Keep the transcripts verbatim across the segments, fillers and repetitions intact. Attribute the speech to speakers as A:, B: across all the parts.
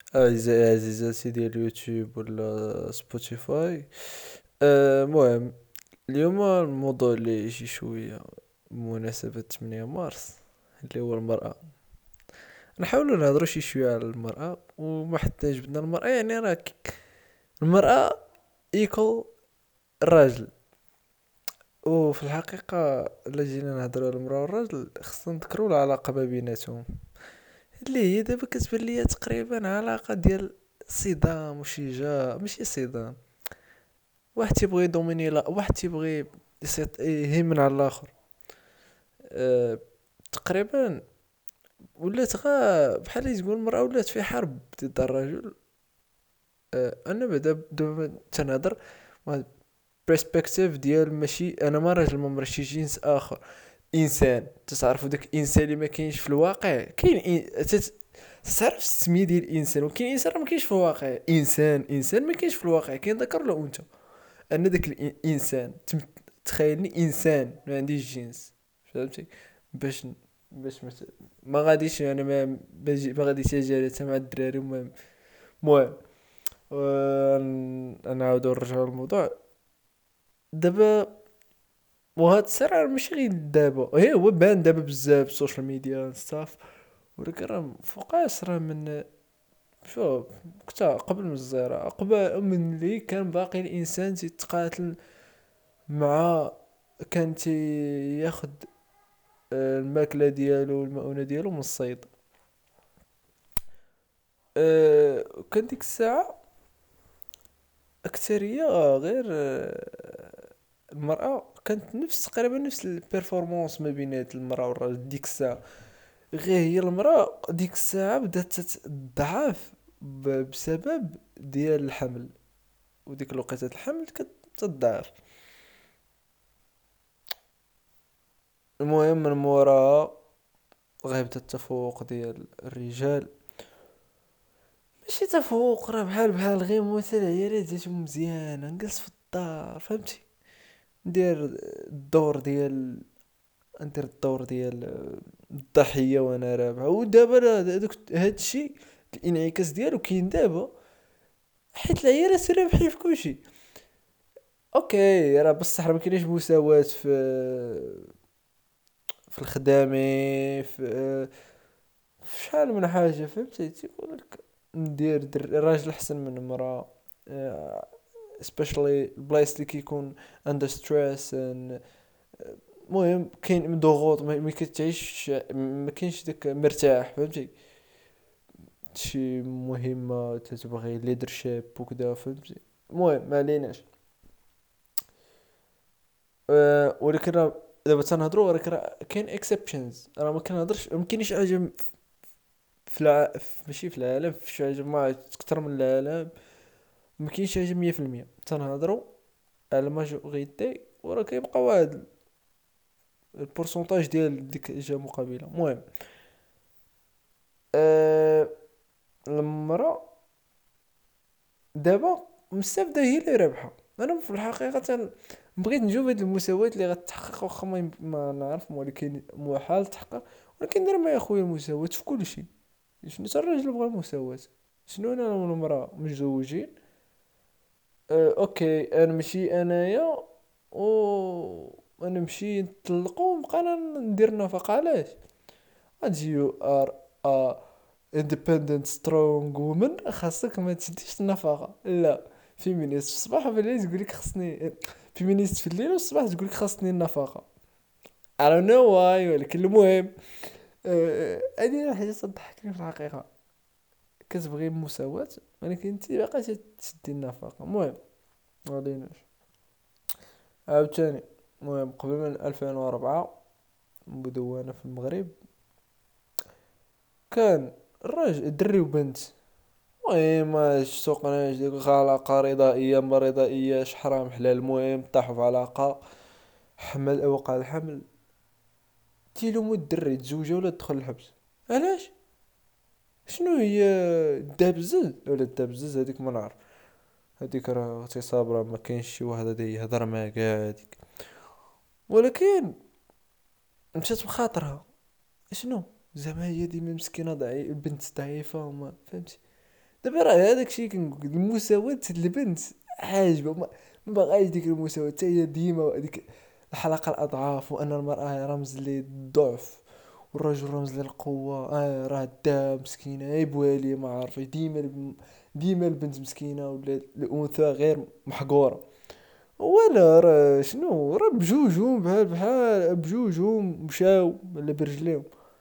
A: أعزائي عزيزاتي ديال اليوتيوب ولا سبوتيفاي. آه، المهم اليوم الموضوع اللي يجي شوية بمناسبة ثمانية مارس اللي هو المرأة. نحاولوا نهضروا شي شوية على المرأة وما حتى جبنا المرأة، يعني راه ك- المرأة ايكو الراجل. وفي الحقيقة إلا جينا نهضروا على المرأة والراجل خصنا نذكروا العلاقة ما بيناتهم، اللي هي دابا كتبان ليا تقريبا علاقة ديال صدام وشجاع، ماشي صدام. واحد تيبغي يدوميني، لا واحد تيبغي يسيط يهيمن على الاخر. أه تقريبا ولات غا بحال اللي تقول المرأة ولات في حرب ضد الرجل. أه انا بعدا دابا تنهضر واحد برسبكتيف ديال ماشي انا ما راجل ما مرا شي جنس اخر، انسان. تتعرفوا داك الانسان اللي ما كاينش في الواقع، كاين إن... تت... تعرف السميه ديال الانسان، وكاين انسان راه ما كاينش في الواقع. انسان انسان ما كاينش في الواقع، كاين ذكر ولا انثى. انا داك الانسان تم- تخيلني انسان ما عنديش جنس، فهمتي؟ باش باش مت... ما غاديش انا ما باجي ما غاديش اجي حتى مع الدراري. المهم المهم ون- نعاودو نرجعو للموضوع دابا. وهاد الصراع ماشي غير دابا، هي هو بان دابا بزاف السوشيال ميديا ستاف، ولكن راه فوقاش راه من. شوف، كنت قبل من الزراعة، قبل من اللي كان باقي الانسان تيتقاتل مع، كان تياخد آه، الماكلة ديالو والمؤونة ديالو من الصيد. أه كان ديك الساعة أكترية غير أه المرأة كانت نفس تقريبا نفس البيرفورمانس ما بين المرأة والراجل ديك الساعة. غير هي المرأة ديك الساعة بدات تتضعف ب- بسبب ديال الحمل، وديك الوقيته الحمل كتضعف. المهم من موراها غيبدا التفوق ديال الرجال. ماشي تفوق، راه بحال بحال غير مثلا عيالات جاتهم مزيانة نجلس في الدار، فهمتي؟ ندير الدور ديال ندير الدور ديال الضحية وانا رابح. ودابا راه هذاك هادشي الانعكاس ديالو كاين دابا، حيت العيالات رابحين في كلشي. اوكي راه بصح راه مكاينش مساواة في في الخدامي، في في شحال من حاجة، فهمتي؟ تيقولك ندير در الراجل احسن من المرأة. آه، especially البلايص اللي كيكون عندها ستريس. المهم كاين ضغوط، ما ما كتعيش، ما كاينش داك مرتاح، فهمتي؟ شي مهمة تتبغي ليدرشيب وكذا، فهمتي؟ المهم ما عليناش. أه ولكن راه دابا تنهضروا، ولكن راه كاين اكسبشنز، راه ما كنهضرش ما كاينش حاجه في الع... في- ماشي في العالم، في شي حاجه ما اكثر من العالم. ما كاينش حاجه مية في المية. تنهضروا على ماجوريتي، وراه كيبقى واحد البورسونتاج ديال ديك الجهه مقابله. المهم أه المراه دابا مستافده، هي اللي رابحه. انا في الحقيقه تن- بغيت نشوف هاد المساواة اللي غتحقق، واخا ما, يم- ما نعرف، ولكن محال تحقق. ولكن دير ما يا خويا المساواة في كل شيء. شنو تا الراجل بغى المساواة؟ شنو انا والمرأة متزوجين؟ أه اوكي انا ماشي انايا و انا نمشي نطلقو ونبقى انا ندير النفقة. علاش؟ غتجي you are a independent strong woman، خاصك ما تديش النفقة. لا، فيمينيست في الصباح وفي الليل تقولك خصني، فيمينيست في الليل والصباح تقولك خاصني النفقة. I don't know why، ولكن المهم آه، هذه حاجة تضحكني في الحقيقة. كتبغي المساواة ولكن انت باقا تدي النفقة. المهم مغاديينش عاوتاني. المهم قبل من ألفين وربعة مدونة في المغرب، كان الراجل الدري وبنت. المهم سوقناش ديك علاقة رضائية ما رضائياش، حرام حلال، المهم طاحوا في علاقة. حمل وقع الحمل، تيلومو الدري تزوجا ولا دخل الحبس. علاش؟ شنو هي دابزز ولا دابزز هذيك ما نعرف. هذيك راه اغتصاب، راه ما كاينش شي واحد غادي يهضر معاك كاع هذيك. ولكن مشات بخاطرها. شنو زعما هي ديما مسكينه ضعيفه، البنت ضعيفه وما فهمتي. دابا راه هذاك الشيء كنقول المساواة البنت عاجبه ما, ما باغاش ديك المساواة حتى هي ديما هذيك الحلقة الأضعاف، وأن المرأة رمز للضعف والرجل رمز للقوة. اه راه دا مسكينة هي بوالي ما عارفة ديما الب- ديما البنت مسكينة ولا الأنثى غير محقورة. ولا راه شنو راه بجوجهم بحال بحال بجوجهم مشاو ولا برجليهم.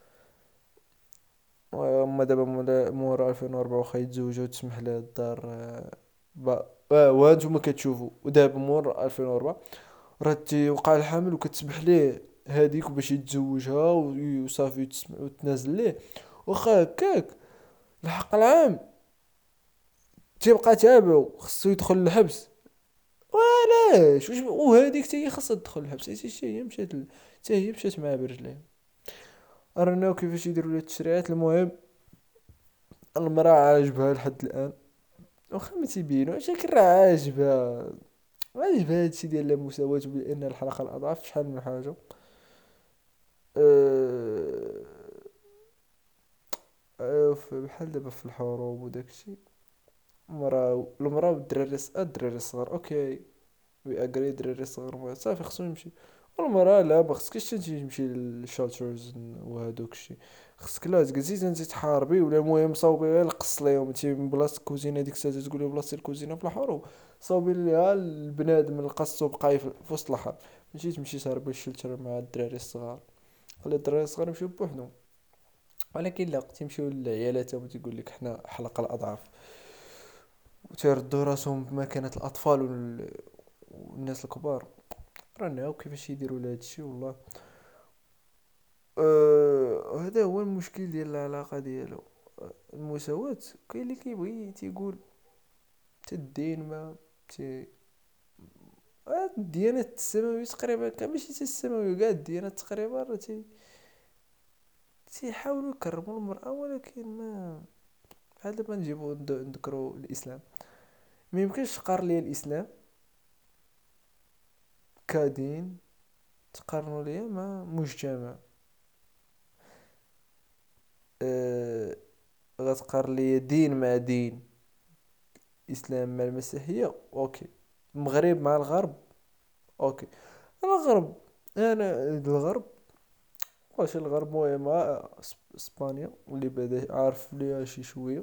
A: اما دابا مولا- مورا ألفين وأربعة واخا يتزوجها وتسمح لها الدار. آه، با اه وانتم كتشوفوا ودابا مور ألفين وأربعة راه تيوقع الحمل وكتسمح ليه هاديك باش يتزوجها و- وصافي وتسمع وتنازل ليه. واخا هكاك الحق العام تيبقى تابعو خصو يدخل الحبس. علاش واش وهاديك حتى هي خاصها تدخل الحبس حتى هي مشات ل- حتى هي مشات معاه برجليها. راه كيفاش يديروا لها التشريعات. المهم المرأة عاجبها لحد الآن واخا ما تيبينوش، ولكن راه عاجبها عاجبها هادشي ديال المساواة بأن الحلقة الأضعف شحال من حاجة. أه... أه... ف- بحال دابا في الحروب وداكشي المرأة المرأة والدراري الص- الدراري الصغار اوكي وي اجري الدراري الصغار ما- صافي خصو يمشي. والمرأة لا ما خصكش تمشي تمشي للشالترز وهادوك الشي. خصك لا تجلسي تنتي تحاربي ولا المهم صاوبي غير القص ليهم انتي من بلاصة الكوزينة ديك الساعة تقولي بلاصة الكوزينة في الحروب. صاوبي ليها البنادم القص وبقاي في في وسط الحرب. ماشي تمشي تهربي الشلتر مع الدراري الصغار. خلي الدراري الصغار يمشيو بوحدهم. ولكن لا تيمشيو للعيالات هما تيقول لك حنا حلقة الأضعاف وتيردوا راسهم بمكانة الأطفال وال... والناس الكبار. رانا كيفاش يديروا لهذا الشيء والله. أه هذا هو المشكل ديال العلاقة ديالو. أه، المساواة. كاين اللي كيبغي تيقول حتى الدين ما تي آه، الديانات السماوية تقريبا كاع ماشي حتى السماوية كاع الديانات تقريبا راه تي تيحاولوا يكرموا المرأة ولكن ما بحال دابا نجيبو ند- نذكرو الإسلام. ما يمكنش تقارن ليا الإسلام كدين تقارنوا ليا مع مجتمع. أه غتقارن ليا دين مع دين. الإسلام مع المسيحية أوكي. المغرب مع الغرب أوكي. الغرب أنا الغرب واش الغرب مهم مع إسب- إسبانيا واللي بعدا عارف ليها شي شوية.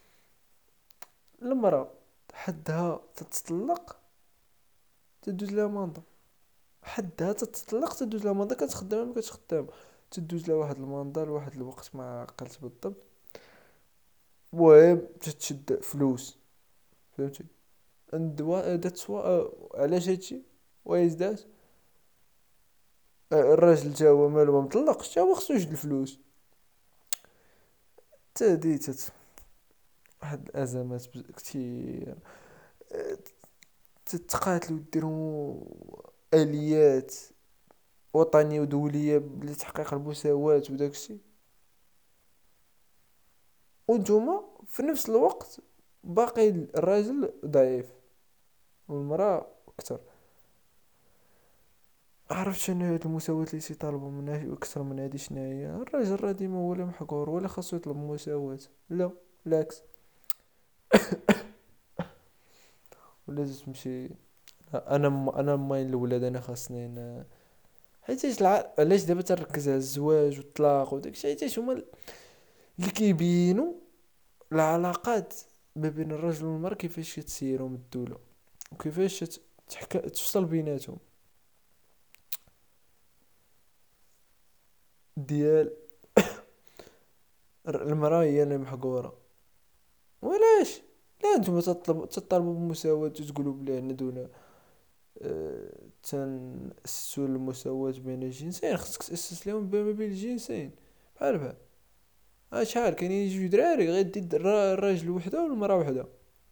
A: المرأة حدها تتطلق تدوز لها ماندا. حدها تتطلق تدوز لها ماندا كتخدم ما كتخدم تدوز لها واحد الماندا لواحد الوقت ما عقلت بالضبط. المهم تتشد فلوس فهمتي. and wha- that's why علاش هادشي واي ذات. الراجل تا هو مالو ما مطلقش تا هو خصو يجد الفلوس. تا هادي تت واحد الازمات بز- كتير. أه، تتقاتلوا ديروا اليات وطنيه ودوليه لتحقيق المساواة وداكشي. وانتوما في نفس الوقت باقي الراجل ضعيف والمرأة اكثر. عرفت شنو هاد المساواة اللي تيطالبوا منها اكثر من هادي شناهي. الراجل راه ديما هو اللي محقور ولا خاصو يطلب مساواة. لا بالعكس. ولازم تمشي. انا م... انا ماين الاولاد انا خاصني ن- حيتاش الع... علاش دابا تنركز على الزواج والطلاق وداكشي حيتاش هما اللي كيبينوا العلاقات ما بين الرجل والمرأة كيفاش كتسيروا من الدولة وكيفاش تت- تحك... توصل بيناتهم. ديال الر- المرأة هي اللي محقورة. وعلاش لا نتوما تطلبوا تطالبوا بالمساواة وتقولوا بلي عندنا دولة. أه... تنأسسوا المساواة بين الجنسين خصك تأسس لهم ما بين الجنسين بحال بحال. اه شحال كاينين جوج دراري غيدي الدرا- الراجل وحده والمراه وحده.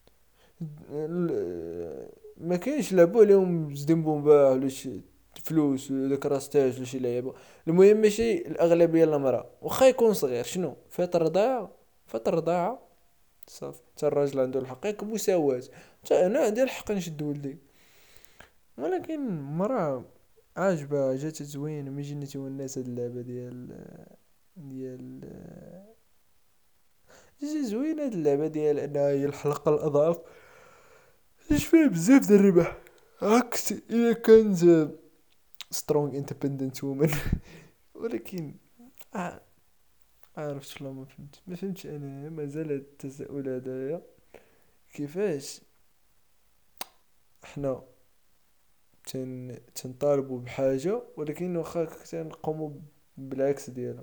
A: ال- ما كاينش لعبوا عليهم زدين بومبا ولا شي فلوس ولا داك راستاج ولا شي لعيبه. المهم ماشي الاغلبيه المراه واخا يكون صغير شنو فات الرضاعه فات الرضاعه صافي حتى الراجل عنده الحق ياك مساواة. حتى انا عندي الحق نشد ولدي. ولكن المراه عاجبة جات زوين ما يجينا تيونس هاد اللعبة ديال ديال جي زوينة هاد اللعبة ديال انها هي الحلقة الاضعف، اش فيها بزاف د الربح، عكس الا كانت سترونج اندبندنت وومن. ولكن آه، عارف شلون، ما فهمت ما فهمتش انا مازال هاد التساؤل هذايا، كيفاش حنا تن تنطالبوا بحاجة ولكن واخا تنقوموا بالعكس ديالها.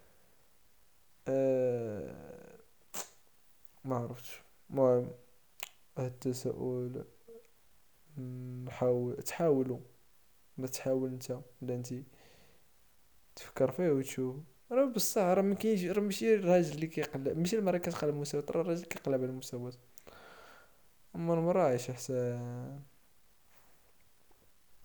A: أه ما عرفتش. المهم هاد التساؤل نحاول تحاولوا، ما تحاول انت ولا انت تفكر فيه وتشوف. راه بصح راه ما كاينش، راه ماشي الراجل اللي كيقلب، ماشي المراه كتقلب المساواة، راه الراجل كيقلب على المساواة. اما المراه عايشة حسن.